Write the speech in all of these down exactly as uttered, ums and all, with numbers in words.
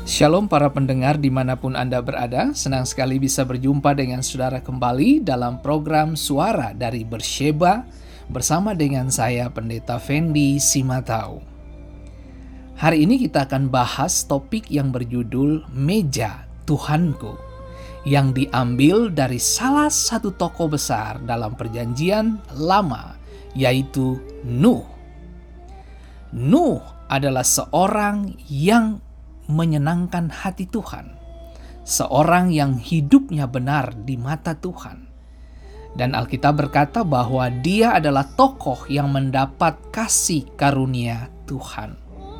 Shalom para pendengar dimanapun Anda berada, senang sekali bisa berjumpa dengan saudara kembali dalam program Suara dari Beersheba bersama dengan saya Pendeta Fendi Simatau. Hari ini kita akan bahas topik yang berjudul Meja Tuhanku, yang diambil dari salah satu tokoh besar dalam perjanjian lama, yaitu Nuh. Nuh adalah seorang yang menyenangkan hati Tuhan, seorang yang hidupnya benar di mata Tuhan. Dan Alkitab berkata bahwa dia adalah tokoh yang mendapat kasih karunia Tuhan.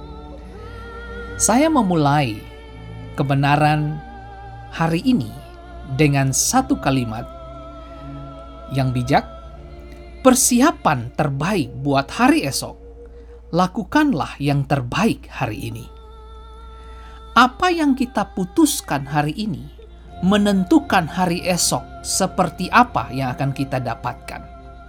Saya memulai kebenaran hari ini dengan satu kalimat yang bijak. Persiapan terbaik buat hari esok, lakukanlah yang terbaik hari ini. Apa yang kita putuskan hari ini menentukan hari esok seperti apa yang akan kita dapatkan.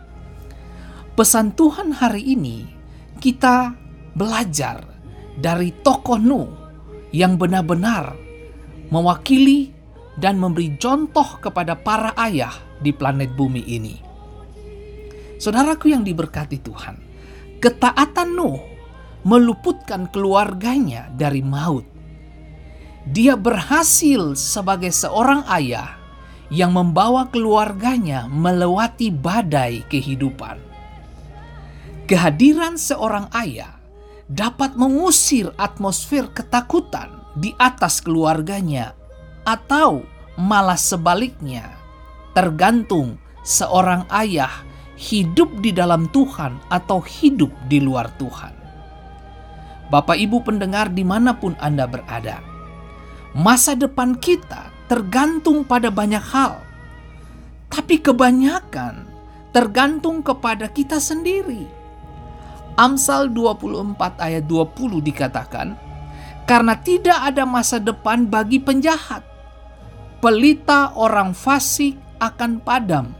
Pesan Tuhan hari ini kita belajar dari tokoh Nuh yang benar-benar mewakili dan memberi contoh kepada para ayah di planet bumi ini. Saudaraku yang diberkati Tuhan, ketaatan Nuh meluputkan keluarganya dari maut. Dia berhasil sebagai seorang ayah yang membawa keluarganya melewati badai kehidupan. Kehadiran seorang ayah dapat mengusir atmosfer ketakutan di atas keluarganya, atau malah sebaliknya, tergantung seorang ayah hidup di dalam Tuhan atau hidup di luar Tuhan. Bapak Ibu pendengar dimanapun Anda berada, masa depan kita tergantung pada banyak hal, tapi kebanyakan tergantung kepada kita sendiri. Amsal dua puluh empat ayat dua puluh dikatakan, karena tidak ada masa depan bagi penjahat, pelita orang fasik akan padam.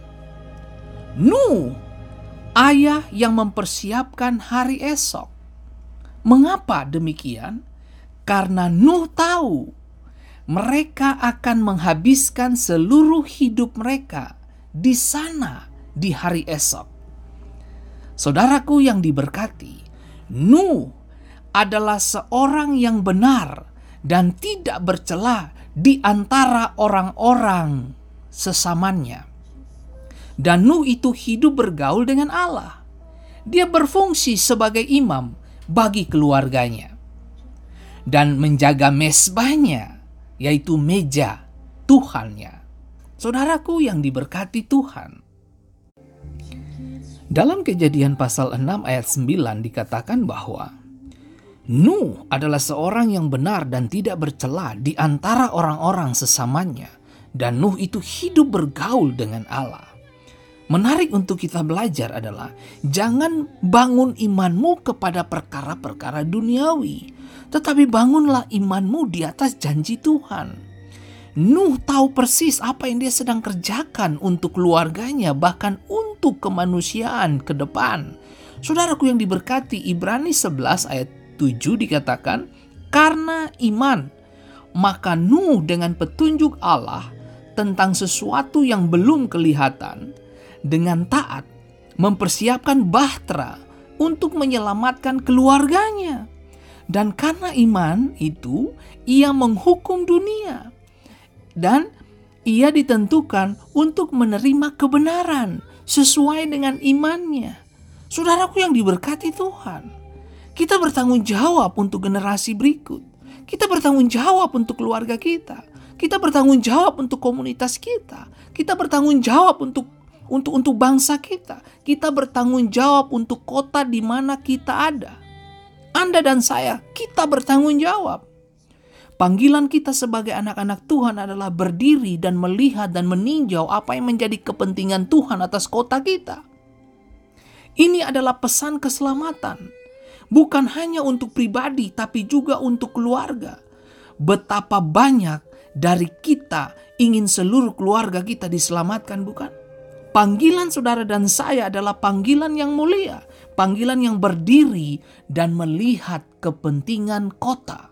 Nuh, ayah yang mempersiapkan hari esok. Mengapa demikian? Karena Nuh tahu mereka akan menghabiskan seluruh hidup mereka di sana di hari esok. Saudaraku yang diberkati, Nuh adalah seorang yang benar dan tidak bercela di antara orang-orang sesamanya. Dan Nuh itu hidup bergaul dengan Allah. Dia berfungsi sebagai imam bagi keluarganya dan menjaga mesbahnya, yaitu meja Tuhannya. Saudaraku yang diberkati Tuhan, dalam Kejadian pasal enam ayat sembilan dikatakan bahwa Nuh adalah seorang yang benar dan tidak bercela di antara orang-orang sesamanya, dan Nuh itu hidup bergaul dengan Allah. Menarik untuk kita belajar adalah jangan bangun imanmu kepada perkara-perkara duniawi, tetapi bangunlah imanmu di atas janji Tuhan. Nuh tahu persis apa yang dia sedang kerjakan untuk keluarganya, bahkan untuk kemanusiaan ke depan. Saudaraku yang diberkati, Ibrani sebelas ayat tujuh dikatakan, karena iman, maka Nuh dengan petunjuk Allah tentang sesuatu yang belum kelihatan, dengan taat mempersiapkan bahtera untuk menyelamatkan keluarganya. Dan karena iman itu, ia menghukum dunia. Dan ia ditentukan untuk menerima kebenaran sesuai dengan imannya. Saudaraku yang diberkati Tuhan, kita bertanggung jawab untuk generasi berikut. Kita bertanggung jawab untuk keluarga kita. Kita bertanggung jawab untuk komunitas kita. Kita bertanggung jawab untuk untuk untuk bangsa kita. Kita bertanggung jawab untuk kota di mana kita ada. Anda dan saya, kita bertanggung jawab. Panggilan kita sebagai anak-anak Tuhan adalah berdiri dan melihat dan meninjau apa yang menjadi kepentingan Tuhan atas kota kita. Ini adalah pesan keselamatan, bukan hanya untuk pribadi, tapi juga untuk keluarga. Betapa banyak dari kita ingin seluruh keluarga kita diselamatkan, bukan? Panggilan saudara dan saya adalah panggilan yang mulia, panggilan yang berdiri dan melihat kepentingan kota,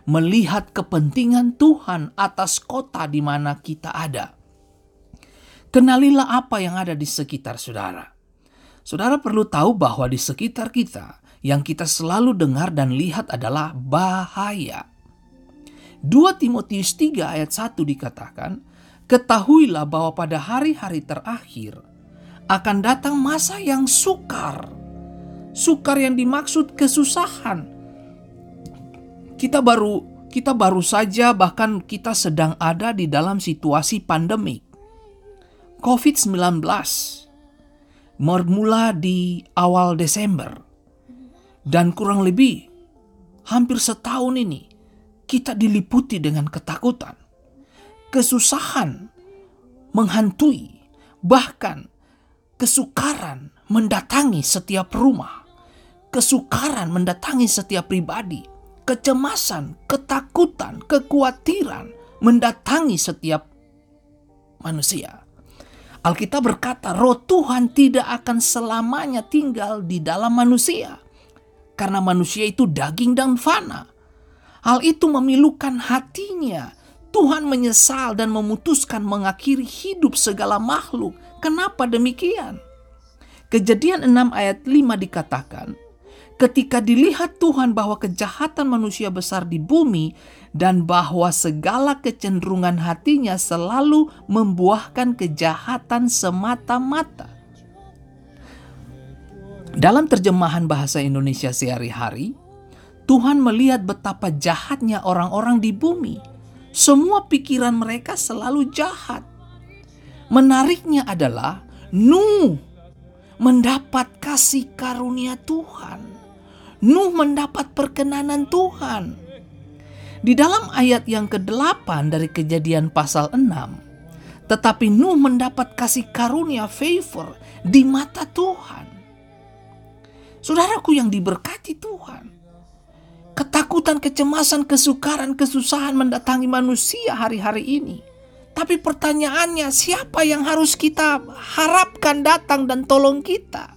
melihat kepentingan Tuhan atas kota di mana kita ada. Kenalilah apa yang ada di sekitar saudara. Saudara perlu tahu bahwa di sekitar kita yang kita selalu dengar dan lihat adalah bahaya. dua Timotius tiga ayat satu dikatakan, ketahuilah bahwa pada hari-hari terakhir akan datang masa yang sukar. Sukar yang dimaksud kesusahan. Kita baru kita baru saja bahkan kita sedang ada di dalam situasi pandemik. covid sembilan belas bermula di awal Desember. Dan kurang lebih hampir setahun ini kita diliputi dengan ketakutan. Kesusahan menghantui, bahkan kesukaran mendatangi setiap rumah. Kesukaran mendatangi setiap pribadi. Kecemasan, ketakutan, kekhawatiran mendatangi setiap manusia. Alkitab berkata, roh Tuhan tidak akan selamanya tinggal di dalam manusia. Karena manusia itu daging dan fana. Hal itu memilukan hatinya. Tuhan menyesal dan memutuskan mengakhiri hidup segala makhluk. Kenapa demikian? Kejadian enam ayat lima dikatakan, ketika dilihat Tuhan bahwa kejahatan manusia besar di bumi dan bahwa segala kecenderungan hatinya selalu membuahkan kejahatan semata-mata. Dalam terjemahan bahasa Indonesia sehari-hari, Tuhan melihat betapa jahatnya orang-orang di bumi. Semua pikiran mereka selalu jahat. Menariknya adalah Nuh mendapat kasih karunia Tuhan. Nuh mendapat perkenanan Tuhan. Di dalam ayat yang kedelapan dari Kejadian pasal enam, tetapi Nuh mendapat kasih karunia favor di mata Tuhan. Saudaraku yang diberkati Tuhan, ketakutan, kecemasan, kesukaran, kesusahan mendatangi manusia hari-hari ini. Tapi pertanyaannya, siapa yang harus kita harapkan datang dan tolong kita?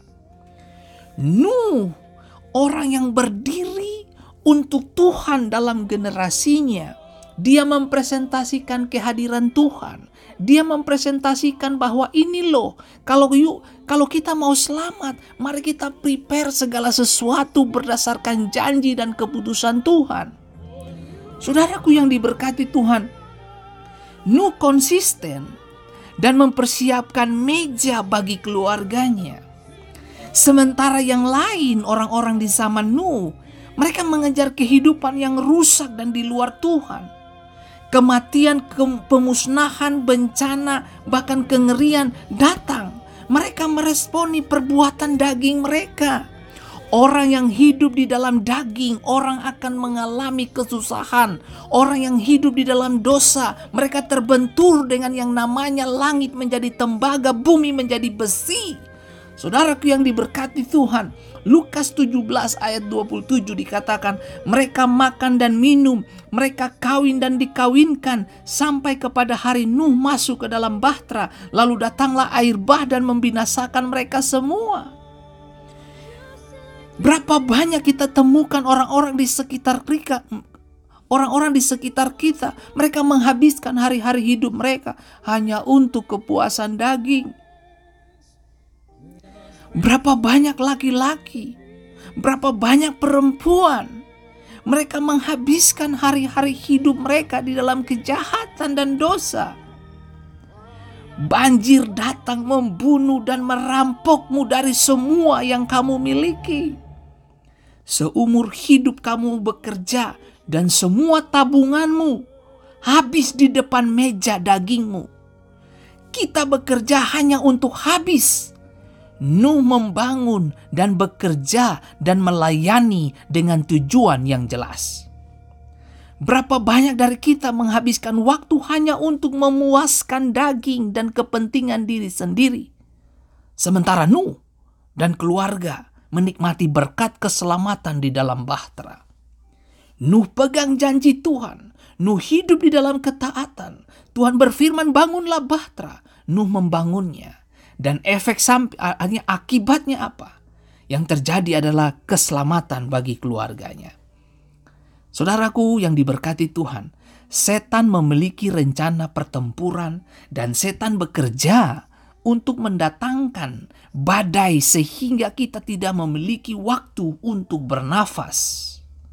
Nuh, orang yang berdiri untuk Tuhan dalam generasinya. Dia mempresentasikan kehadiran Tuhan. Dia mempresentasikan bahwa ini loh, kalau yuk, kalau kita mau selamat, mari kita prepare segala sesuatu berdasarkan janji dan keputusan Tuhan. Saudaraku yang diberkati Tuhan, Nuh konsisten dan mempersiapkan meja bagi keluarganya. Sementara yang lain, orang-orang di zaman Nuh, mereka mengejar kehidupan yang rusak dan di luar Tuhan. Kematian, ke- pemusnahan, bencana, bahkan kengerian datang. Mereka meresponi perbuatan daging mereka. Orang yang hidup di dalam daging, orang akan mengalami kesusahan. Orang yang hidup di dalam dosa, mereka terbentur dengan yang namanya langit menjadi tembaga, bumi menjadi besi. Saudaraku yang diberkati Tuhan, Lukas tujuh belas ayat dua puluh tujuh dikatakan, mereka makan dan minum, mereka kawin dan dikawinkan, sampai kepada hari Nuh masuk ke dalam bahtera, lalu datanglah air bah dan membinasakan mereka semua. Berapa banyak kita temukan orang-orang di sekitar kita, orang-orang di sekitar kita, mereka menghabiskan hari-hari hidup mereka hanya untuk kepuasan daging. Berapa banyak laki-laki, berapa banyak perempuan, mereka menghabiskan hari-hari hidup mereka di dalam kejahatan dan dosa. Banjir datang membunuh dan merampokmu dari semua yang kamu miliki. Seumur hidup kamu bekerja dan semua tabunganmu habis di depan meja dagingmu. Kita bekerja hanya untuk habis. Nuh membangun dan bekerja dan melayani dengan tujuan yang jelas. Berapa banyak dari kita menghabiskan waktu hanya untuk memuaskan daging dan kepentingan diri sendiri. Sementara Nuh dan keluarga menikmati berkat keselamatan di dalam bahtera. Nuh pegang janji Tuhan. Nuh hidup di dalam ketaatan. Tuhan berfirman, bangunlah bahtera. Nuh membangunnya. Dan efek sampingnya, akibatnya apa? Yang terjadi adalah keselamatan bagi keluarganya. Saudaraku yang diberkati Tuhan, setan memiliki rencana pertempuran dan setan bekerja untuk mendatangkan badai sehingga kita tidak memiliki waktu untuk bernafas.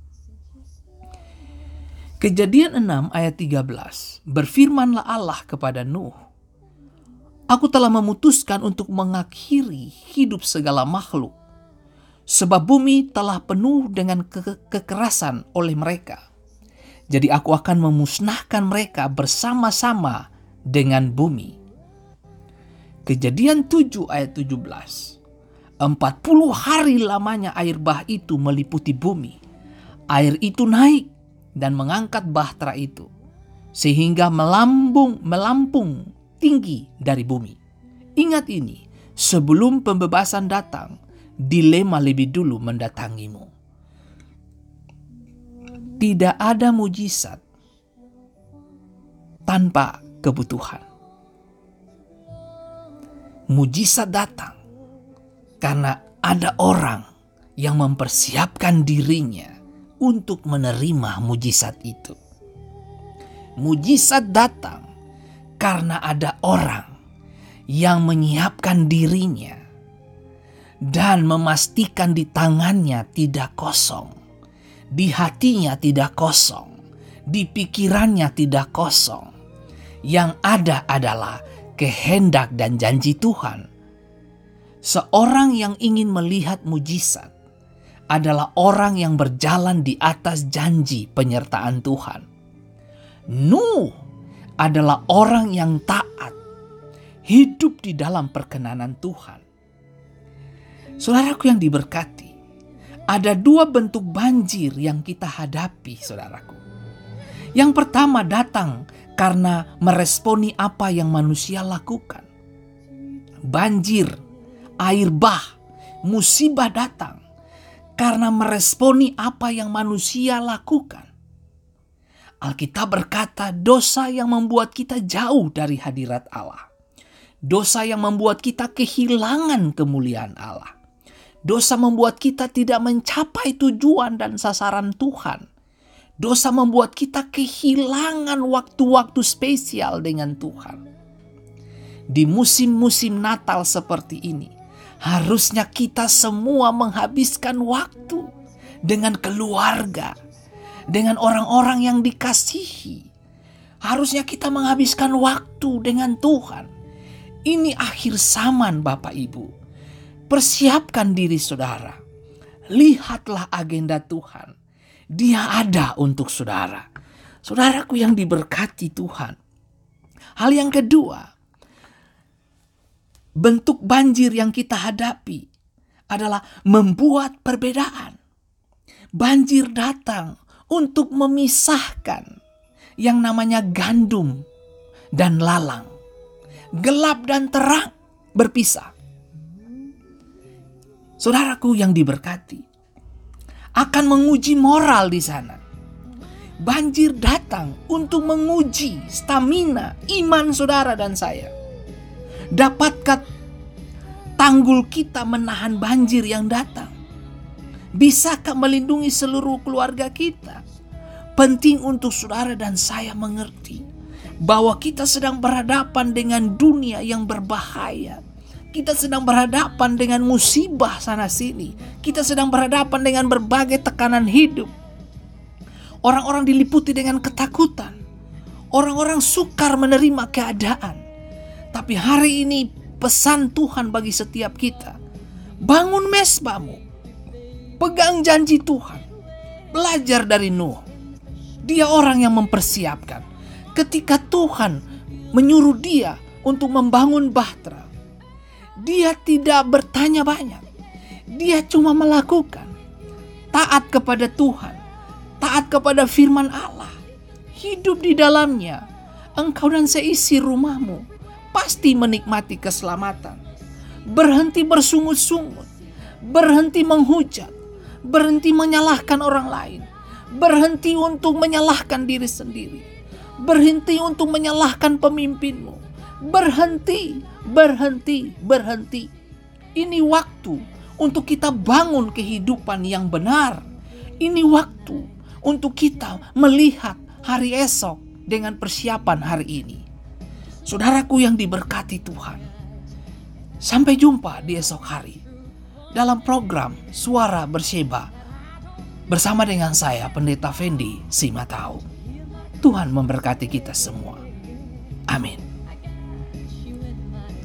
Kejadian enam ayat tiga belas, berfirmanlah Allah kepada Nuh, "Aku telah memutuskan untuk mengakhiri hidup segala makhluk, sebab bumi telah penuh dengan ke- kekerasan oleh mereka. Jadi aku akan memusnahkan mereka bersama-sama dengan bumi." Kejadian tujuh ayat tujuh belas, empat puluh hari lamanya air bah itu meliputi bumi. Air itu naik dan mengangkat bahtera itu, sehingga melambung, melampung tinggi dari bumi. Ingat ini, sebelum pembebasan datang, dilema lebih dulu mendatangimu. Tidak ada mujizat tanpa kebutuhan. Mujizat datang karena ada orang yang mempersiapkan dirinya untuk menerima mujizat itu. Mujizat datang karena ada orang yang menyiapkan dirinya dan memastikan di tangannya tidak kosong, di hatinya tidak kosong, di pikirannya tidak kosong. Yang ada adalah kehendak dan janji Tuhan. Seorang yang ingin melihat mujizat adalah orang yang berjalan di atas janji penyertaan Tuhan. Nuh adalah orang yang taat, hidup di dalam perkenanan Tuhan. Saudaraku yang diberkati, ada dua bentuk banjir yang kita hadapi, saudaraku. Yang pertama datang karena meresponi apa yang manusia lakukan. Banjir, air bah, musibah datang karena meresponi apa yang manusia lakukan. Alkitab berkata, dosa yang membuat kita jauh dari hadirat Allah. Dosa yang membuat kita kehilangan kemuliaan Allah. Dosa membuat kita tidak mencapai tujuan dan sasaran Tuhan. Dosa membuat kita kehilangan waktu-waktu spesial dengan Tuhan. Di musim-musim Natal seperti ini, harusnya kita semua menghabiskan waktu dengan keluarga, dengan orang-orang yang dikasihi. Harusnya kita menghabiskan waktu dengan Tuhan. Ini akhir zaman, Bapak Ibu. Persiapkan diri saudara. Lihatlah agenda Tuhan. Dia ada untuk saudara. Saudaraku yang diberkati Tuhan. Hal yang kedua, bentuk banjir yang kita hadapi adalah membuat perbedaan. Banjir datang untuk memisahkan yang namanya gandum dan lalang. Gelap dan terang berpisah. Saudaraku yang diberkati, akan menguji moral di sana. Banjir datang untuk menguji stamina iman saudara dan saya. Dapatkah tanggul kita menahan banjir yang datang? Bisakah melindungi seluruh keluarga kita? Penting untuk saudara dan saya mengerti bahwa kita sedang berhadapan dengan dunia yang berbahaya. Kita sedang berhadapan dengan musibah sana sini. Kita sedang berhadapan dengan berbagai tekanan hidup. Orang-orang diliputi dengan ketakutan. Orang-orang sukar menerima keadaan. Tapi hari ini pesan Tuhan bagi setiap kita. Bangun mesbahmu. Pegang janji Tuhan. Belajar dari Nuh. Dia orang yang mempersiapkan. Ketika Tuhan menyuruh dia untuk membangun bahtera, dia tidak bertanya banyak. Dia cuma melakukan. Taat kepada Tuhan. Taat kepada firman Allah. Hidup di dalamnya. Engkau dan seisi rumahmu pasti menikmati keselamatan. Berhenti bersungut-sungut. Berhenti menghujat. Berhenti menyalahkan orang lain. Berhenti untuk menyalahkan diri sendiri. Berhenti untuk menyalahkan pemimpinmu. Berhenti, berhenti, berhenti. Ini waktu untuk kita bangun kehidupan yang benar. Ini waktu untuk kita melihat hari esok dengan persiapan hari ini. Saudaraku yang diberkati Tuhan, sampai jumpa di esok hari dalam program Suara Berseba bersama dengan saya, Pendeta Fendi Simatau. Tuhan memberkati kita semua. Amin.